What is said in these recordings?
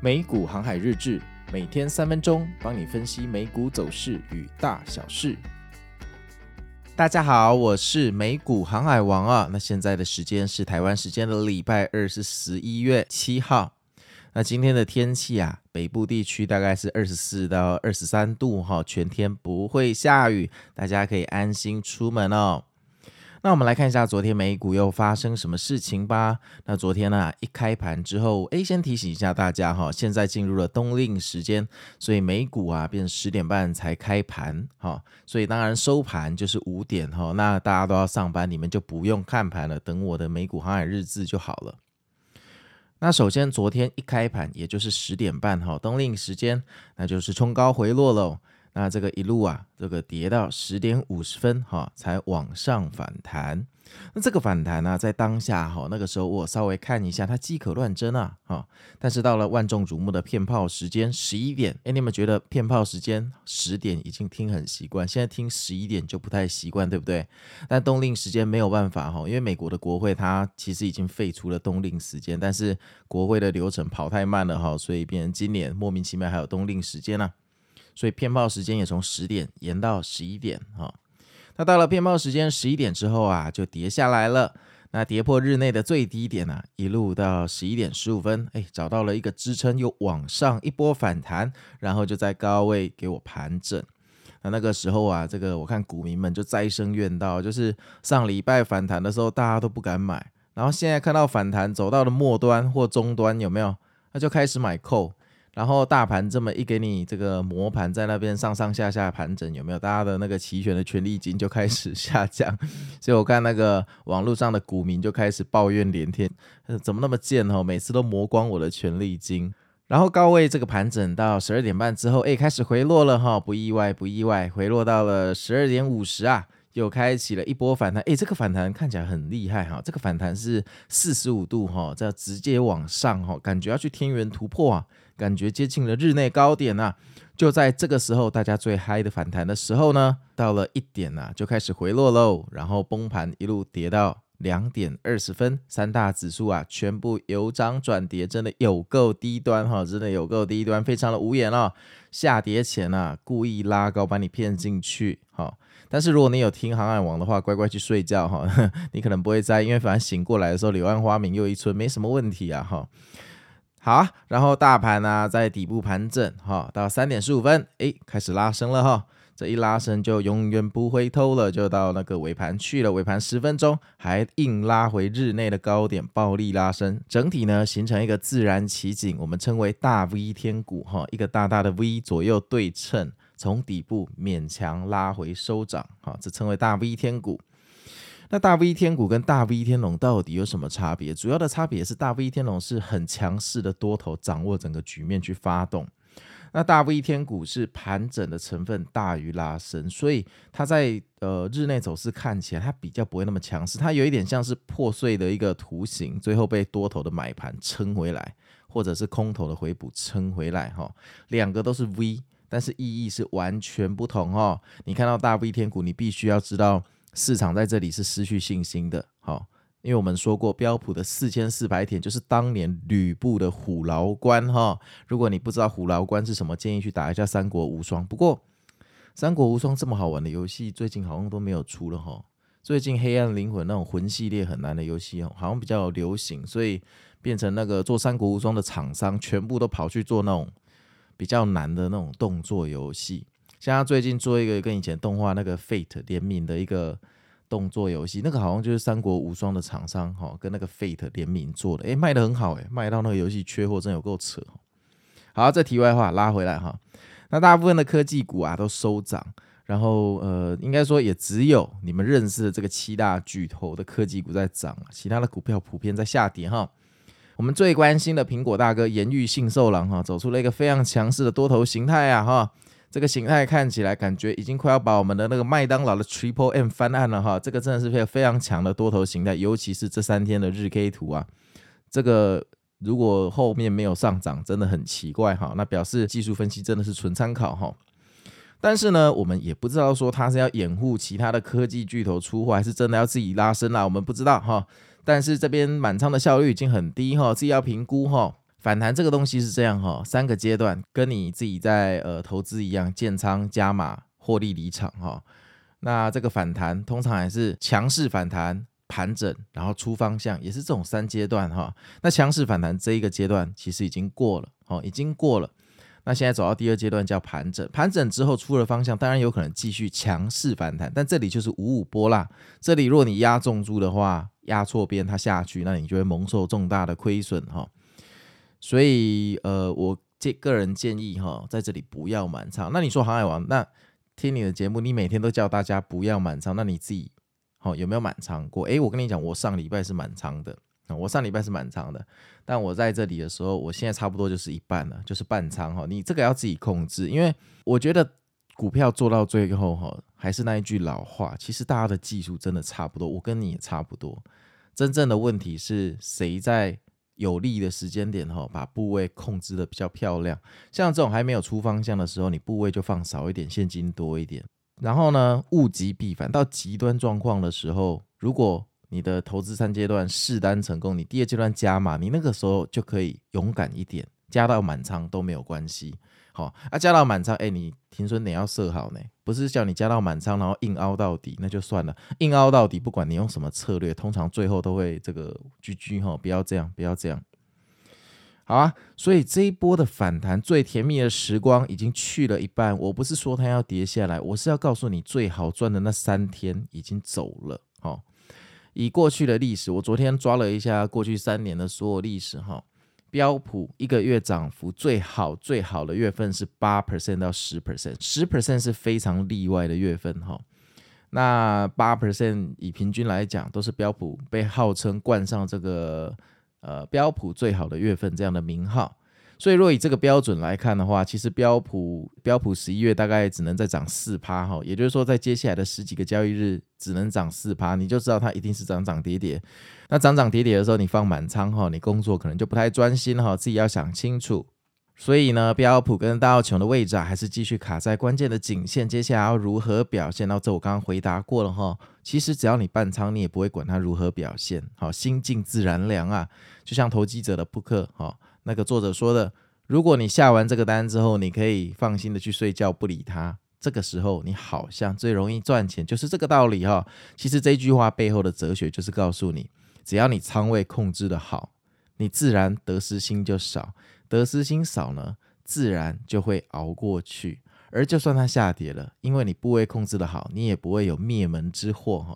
美股航海日志，每天3分钟，帮你分析美股走势与大小事。大家好，我是美股航海王啊。那现在的时间是台湾时间的礼拜二，是11月7号。那今天的天气啊，北部地区大概是24到23度哈，全天不会下雨，大家可以安心出门哦。那我们来看一下昨天美股又发生什么事情吧。那昨天啊一开盘之后，先提醒一下大家哈，现在进入了冬令时间，所以美股啊变10点半才开盘哈，所以当然收盘就是5点哈。那大家都要上班，你们就不用看盘了，等我的美股航海日志就好了。那首先昨天一开盘，也就是10点半哈，冬令时间，那就是冲高回落喽。那这个一路啊，这个跌到10点50分哈，才往上反弹。那这个反弹呢，在当下哈，那个时候我稍微看一下，它饥渴乱真啊哈。但是到了万众瞩目的骗炮时间11点，你们觉得骗炮时间10点已经听很习惯，现在听11点就不太习惯，对不对？但冬令时间没有办法哈，因为美国的国会它其实已经废除了冬令时间，但是国会的流程跑太慢了哈，所以变成今年莫名其妙还有冬令时间啊。所以骗炮时间也从10点延到11点哈。那到了骗炮时间11点之后啊，就跌下来了。那跌破日内的最低点啊，一路到11点15分，找到了一个支撑，又往上一波反弹，然后就在高位给我盘整。那个时候啊，这个我看股民们就哉声怨道，就是上礼拜反弹的时候大家都不敢买，然后现在看到反弹走到了末端或中端，有没有？那就开始买扣。然后大盘这么一给你这个磨盘在那边上上下下盘整，有没有？大家的那个期权的权利金就开始下降，所以我看那个网络上的股民就开始抱怨连天，怎么那么贱哦，每次都磨光我的权利金。然后高位这个盘整到12点半之后，开始回落了哈，不意外，回落到了12点50啊。又开启了一波反弹，这个反弹看起来很厉害哈，这个反弹是45度哈，这样直接往上哈，感觉要去天元突破啊，感觉接近了日内高点啊。就在这个时候，大家最嗨的反弹的时候呢，到了1点啊，就开始回落喽，然后崩盘一路跌到2点20分，三大指数啊全部由涨转跌，真的有够低端哈，真的有够低端，非常的无言哦。下跌前啊，故意拉高把你骗进去哈。但是如果你有听航海王的话，乖乖去睡觉哈，你可能不会在意，因为反正醒过来的时候柳暗花明又一村，没什么问题啊哈。好啊，然后大盘啊在底部盘整哈，到3点15分，开始拉升了哈。这一拉升就永远不回头了，就到那个尾盘去了，尾盘10分钟还硬拉回日内的高点，暴力拉升，整体呢形成一个自然奇景，我们称为大 V 天股哈，一个大大的 V 左右对称，从底部勉强拉回收涨，这称为大 V 天股。那大 V 天股跟大 V 天龙到底有什么差别？主要的差别是大 V 天龙是很强势的多头掌握整个局面去发动，那大 V 天股是盘整的成分大于拉升，所以它在日内走势看起来它比较不会那么强势，它有一点像是破碎的一个图形，最后被多头的买盘撑回来，或者是空头的回补撑回来哈，两个都是 V， 但是意义是完全不同哈。你看到大 V 天股，你必须要知道市场在这里是失去信心的哈。因为我们说过标普的4400点就是当年吕布的虎牢关哈，如果你不知道虎牢关是什么，建议去打一下三国无双。不过三国无双这么好玩的游戏最近好像都没有出了哈，最近黑暗灵魂那种魂系列很难的游戏好像比较流行，所以变成那个做三国无双的厂商全部都跑去做那种比较难的那种动作游戏，像他最近做一个跟以前动画那个 Fate 联名的一个动作游戏，那个好像就是三国无双的厂商跟那个 Fate 联名做的，卖得很好，卖到那个游戏缺货真有够扯。好，这题外话拉回来哈，那大部分的科技股啊都收涨，然后应该说也只有你们认识的这个7大巨头的科技股在涨，其他的股票普遍在下跌哈。我们最关心的苹果大哥岩玉信受郎哈，走出了一个非常强势的多头形态啊哈。这个形态看起来感觉已经快要把我们的那个麦当劳的 Triple M 翻案了哈，这个真的是非常强的多头形态，尤其是这3天的日 K 图啊，这个如果后面没有上涨真的很奇怪哈，那表示技术分析真的是纯参考哈。但是呢，我们也不知道说它是要掩护其他的科技巨头出货，还是真的要自己拉升啦，我们不知道哈。但是这边满仓的效率已经很低哈，自己要评估哈。 反弹这个东西是这样3个阶段，跟你自己在投资一样，建仓加码获利离场那这个反弹通常还是强势反弹、盘整，然后出方向，也是这种3阶段那强势反弹这一个阶段其实已经过了已经过了。那现在走到第2阶段叫盘整，盘整之后出了方向，当然有可能继续强势反弹，但这里就是五五波啦。这里如果你压重注的话，压错边它下去，那你就会蒙受重大的亏损所以我个人建议在这里不要满仓。那你说航海王，那听你的节目，你每天都叫大家不要满仓，那你自己有没有满仓过？我跟你讲，我上礼拜是满仓的，但我在这里的时候，我现在差不多就是一半了，就是半仓你这个要自己控制，因为我觉得股票做到最后还是那一句老话，其实大家的技术真的差不多，我跟你也差不多，真正的问题是谁在有利的时间点把部位控制的比较漂亮。像这种还没有出方向的时候，你部位就放少一点，现金多一点。然后呢，物极必反，到极端状况的时候，如果你的投资3阶段试单成功，你第2阶段加码，你那个时候就可以勇敢一点，加到满仓都没有关系。加到满仓，你停损点要设好呢，不是叫你加到满仓然后硬凹到底，那就算了，硬凹到底，不管你用什么策略，通常最后都会这个GG不要这样，不要这样。好啊，所以这一波的反弹最甜蜜的时光已经去了一半。我不是说它要跌下来，我是要告诉你最好赚的那3天已经走了以过去的历史，我昨天抓了一下过去3年的所有历史标普1个月涨幅最好的月份是 8% 到 10%，10% 是非常例外的月份那 8% 以平均来讲都是标普被号称冠上这个标普最好的月份这样的名号。所以若以这个标准来看的话，其实标普11月大概只能再涨 4%， 也就是说在接下来的10几个交易日只能涨 4%， 你就知道它一定是涨涨跌跌。那涨涨跌跌的时候你放满仓你工作可能就不太专心自己要想清楚。所以呢，标普跟道琼的位置还是继续卡在关键的颈线，接下来要如何表现？这我刚刚回答过了其实只要你半仓，你也不会管它如何表现心静自然凉啊。就像投机者的扑克那个作者说的，如果你下完这个单之后，你可以放心的去睡觉不理它，这个时候你好像最容易赚钱，就是这个道理其实这句话背后的哲学就是告诉你，只要你仓位控制的好，你自然得失心就少，得失心少呢，自然就会熬过去。而就算它下跌了，因为你部位控制的好，你也不会有灭门之祸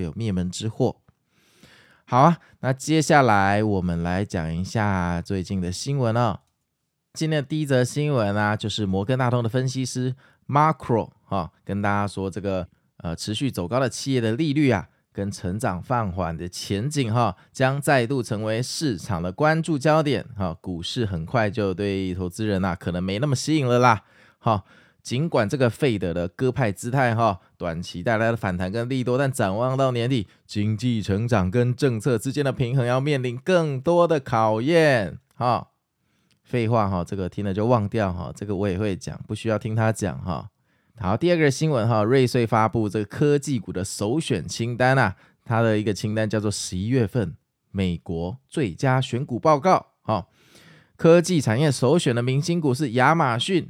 好啊，那接下来我们来讲一下最近的新闻今天的第一则新闻就是摩根大通的分析师 Macro 跟大家说这个持续走高的企业的利率跟成长放缓的前景将再度成为市场的关注焦点股市很快就对投资人可能没那么吸引了啦尽管这个费德的鸽派姿态短期带来的反弹跟利多，但展望到年底，经济成长跟政策之间的平衡要面临更多的考验废话这个听了就忘掉这个我也会讲，不需要听他讲好，第二个新闻瑞穗发布这个科技股的首选清单它的一个清单叫做11月份美国最佳选股报告科技产业首选的明星股是亚马逊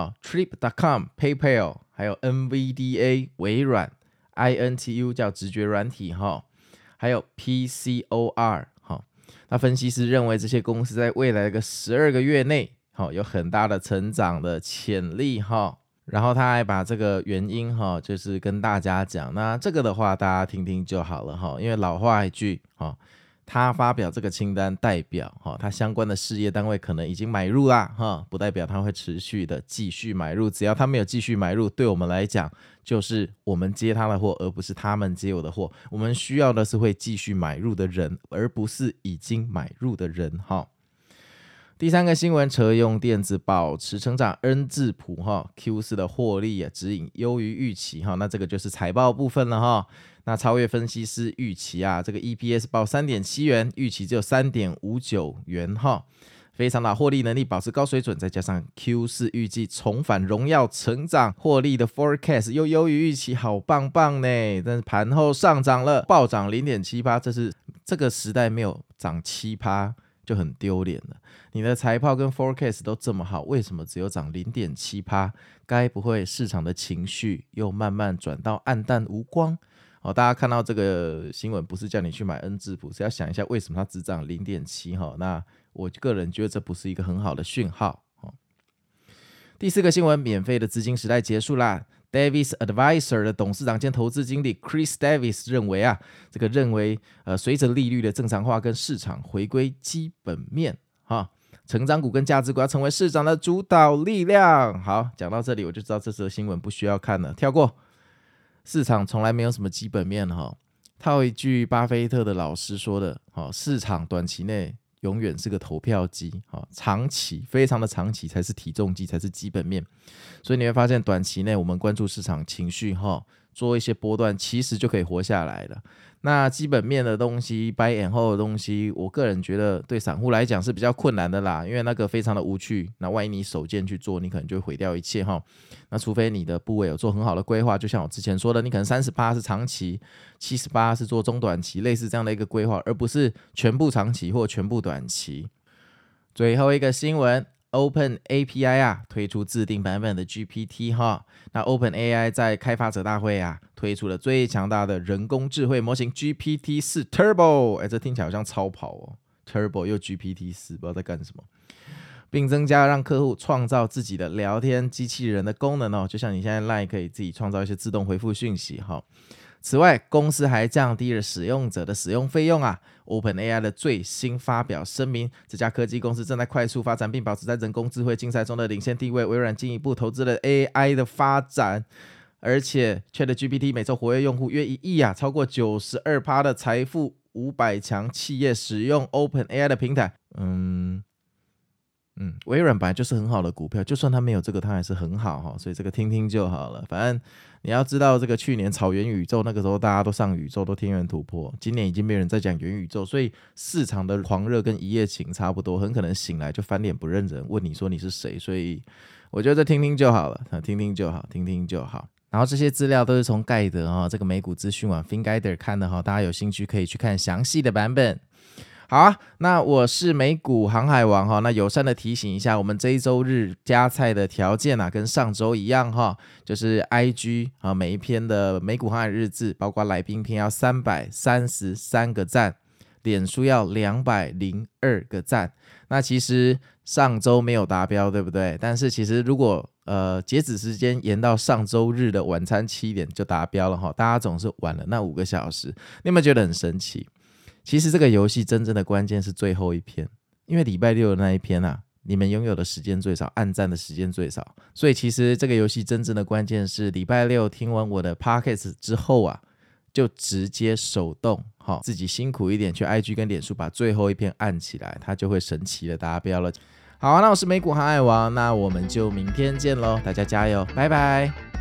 Trip.com、PayPal 还有 NVDA 微软 INTU 叫直觉软体还有 PCOR那分析师认为这些公司在未来的12个月内有很大的成长的潜力然后他还把这个原因就是跟大家讲，那这个的话大家听听就好了因为老话一句他发表这个清单代表他相关的事业单位可能已经买入啦不代表他会持续的继续买入，只要他没有继续买入，对我们来讲就是我们接他的货，而不是他们接我的货，我们需要的是会继续买入的人，而不是已经买入的人第三个新闻，车用电子保持成长，恩智浦Q4 的获利指引优于预期那这个就是财报部分了那超越分析师预期这个 EPS 报 3.7 元，预期只有 3.59 元非常的获利能力保持高水准，再加上 Q4 预计重返荣耀成长，获利的 forecast 又优于预期，好棒棒呢！但是盘后上涨了，暴涨 0.7%， 这个时代没有涨 7%， 就很丢脸了。你的财报跟 forecast 都这么好，为什么只有涨 0.7%？ 该不会市场的情绪又慢慢转到暗淡无光？大家看到这个新闻不是叫你去买 N 字谱，是要想一下为什么它只涨 0.7%。那我个人觉得这不是一个很好的讯号。第4个新闻，免费的资金时代结束啦。Davis Advisor 的董事长兼投资经理 Chris Davis 认为随着利率的正常化跟市场回归基本面，成长股跟价值股要成为市场的主导力量。好，讲到这里我就知道这则新闻不需要看了，跳过。市场从来没有什么基本面，套一句巴菲特的老师说的，市场短期内永远是个投票机，长期非常的长期才是体重机，才是基本面。所以你会发现短期内我们关注市场情绪，做一些波段其实就可以活下来了。那基本面的东西 buy and hold 的东西，我个人觉得对散户来讲是比较困难的啦，因为那个非常的无趣。那万一你手贱去做，你可能就会毁掉一切。那除非你的部位有做很好的规划，就像我之前说的，你可能 30% 是长期， 70% 是做中短期，类似这样的一个规划，而不是全部长期或全部短期。最后一个新闻，OpenAPI 推出自定版本的 GPT。 那 OpenAI 在开发者大会推出了最强大的人工智慧模型 GPT-4 Turbo。 这听起来好像超跑Turbo 又 GPT-4， 不知道在干什么，并增加让客户创造自己的聊天机器人的功能，就像你现在 LINE 可以自己创造一些自动回复讯息。此外，公司还降低了使用者的使用费用。OpenAI 的最新发表声明，这家科技公司正在快速发展并保持在人工智慧竞赛中的领先地位。微软进一步投资了 AI 的发展，而且 ChatGPT 每周活跃用户约1亿，超过 92% 的财富500强企业使用 OpenAI 的平台。微软本来就是很好的股票，就算它没有这个它还是很好，所以这个听听就好了。反正你要知道，这个去年炒元宇宙，那个时候大家都上宇宙，都天元突破，今年已经没人在讲元宇宙，所以市场的狂热跟一夜情差不多，很可能醒来就翻脸不认人，问你说你是谁。所以我觉得听听就好了，听听就好，听听就好。然后这些资料都是从盖德这个美股资讯网 FinGuider 看的，大家有兴趣可以去看详细的版本。好那我是美股航海王那友善的提醒一下，我们这一周日加菜的条件跟上周一样就是 IG 每一篇的美股航海日志，包括来宾篇要333个赞，脸书要202个赞。那其实上周没有达标，对不对？但是其实如果截止时间延到上周日的晚餐7点就达标了大家总是晚了那5个小时，你有没有觉得很神奇？其实这个游戏真正的关键是最后一篇，因为礼拜六的那一篇你们拥有的时间最少，按赞的时间最少，所以其实这个游戏真正的关键是礼拜六听完我的 podcast 之后就直接手动自己辛苦一点去 IG 跟脸书把最后一篇按起来，它就会神奇的达标了。好那我是美股航海王，那我们就明天见咯，大家加油，拜拜。